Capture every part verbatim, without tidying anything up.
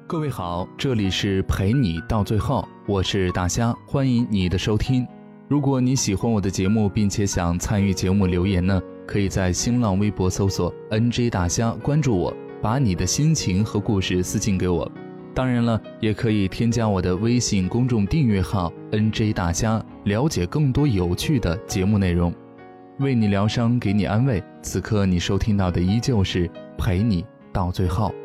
各位好，这里是陪你到最后，我是大虾，欢迎你的收听。如果你喜欢我的节目，并且想参与节目留言呢，可以在新浪微博搜索 N J 大虾，关注我，把你的心情和故事私信给我。当然了，也可以添加我的微信公众订阅号 N J 大虾，了解更多有趣的节目内容。为你疗伤，给你安慰，此刻你收听到的依旧是陪你到最后。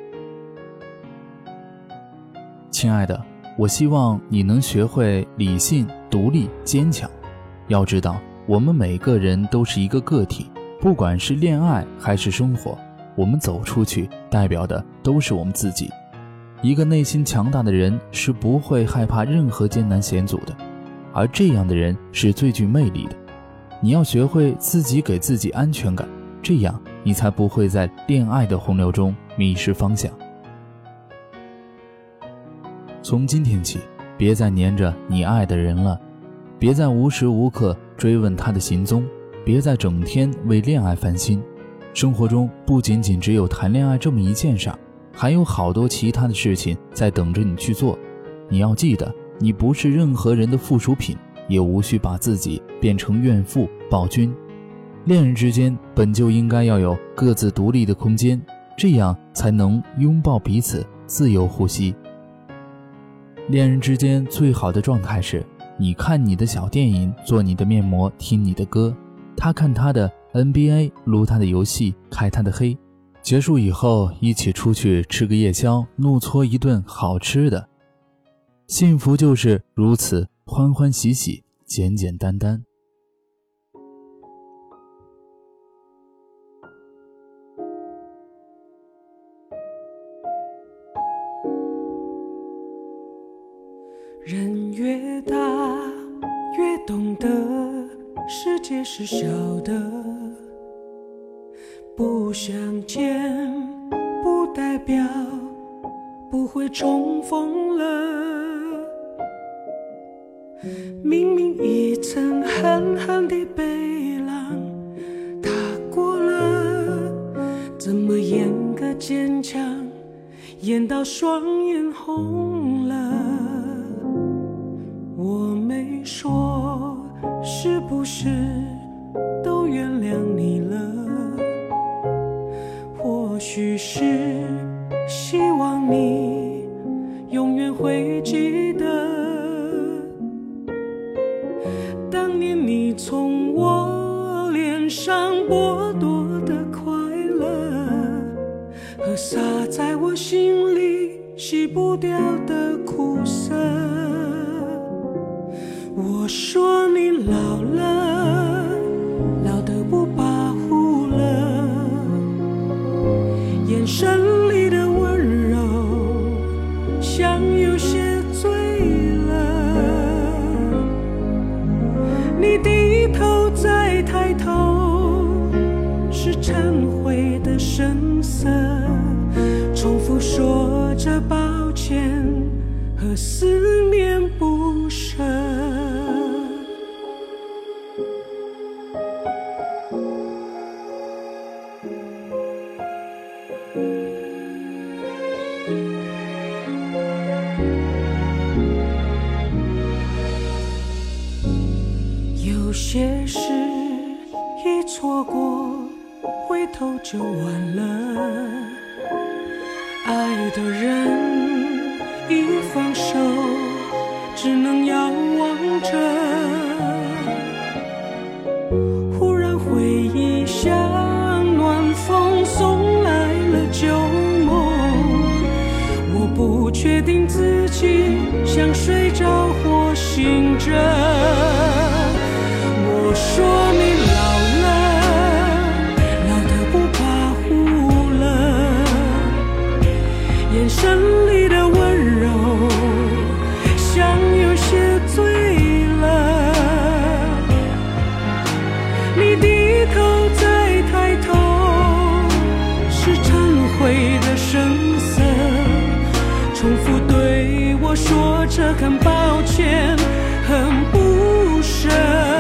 亲爱的，我希望你能学会理性、独立、坚强。要知道，我们每个人都是一个个体，不管是恋爱还是生活，我们走出去代表的都是我们自己。一个内心强大的人是不会害怕任何艰难险阻的，而这样的人是最具魅力的。你要学会自己给自己安全感，这样你才不会在恋爱的洪流中迷失方向。从今天起，别再黏着你爱的人了，别再无时无刻追问他的行踪，别再整天为恋爱烦心。生活中不仅仅只有谈恋爱这么一件事，还有好多其他的事情在等着你去做。你要记得，你不是任何人的附属品，也无需把自己变成怨妇暴君。恋人之间本就应该要有各自独立的空间，这样才能拥抱彼此，自由呼吸。恋人之间最好的状态是，你看你的小电影，做你的面膜，听你的歌，他看他的 N B A， 撸他的游戏，开他的黑。结束以后，一起出去吃个夜宵，怒搓一顿好吃的。幸福就是如此欢欢喜喜，简简单单。 人越大越懂得世界是小的，不相见不代表不会重逢了。明明一层寒寒的背浪踏过了，怎么演个坚强，演到双眼红了。我没说是不是都原谅你了，或许是希望你永远会记得，当年你从我脸上剥夺的快乐，和洒在我心里洗不掉的苦涩。我说你老了，老得不跋扈了，眼神里的温柔像有些醉了。你低头再抬头，是忏悔的神色，重复说着抱歉和思念不舍。有些事一错过，回头就晚了。爱的人一放手，只能遥望着。忽然回忆像暖风送来了旧梦，我不确定自己像睡着或醒着。我说你老了，老得不跋扈了，眼神里的温柔像有些醉了。你低头再抬头，是忏悔的神色，重复对我说着很抱歉，很不舍。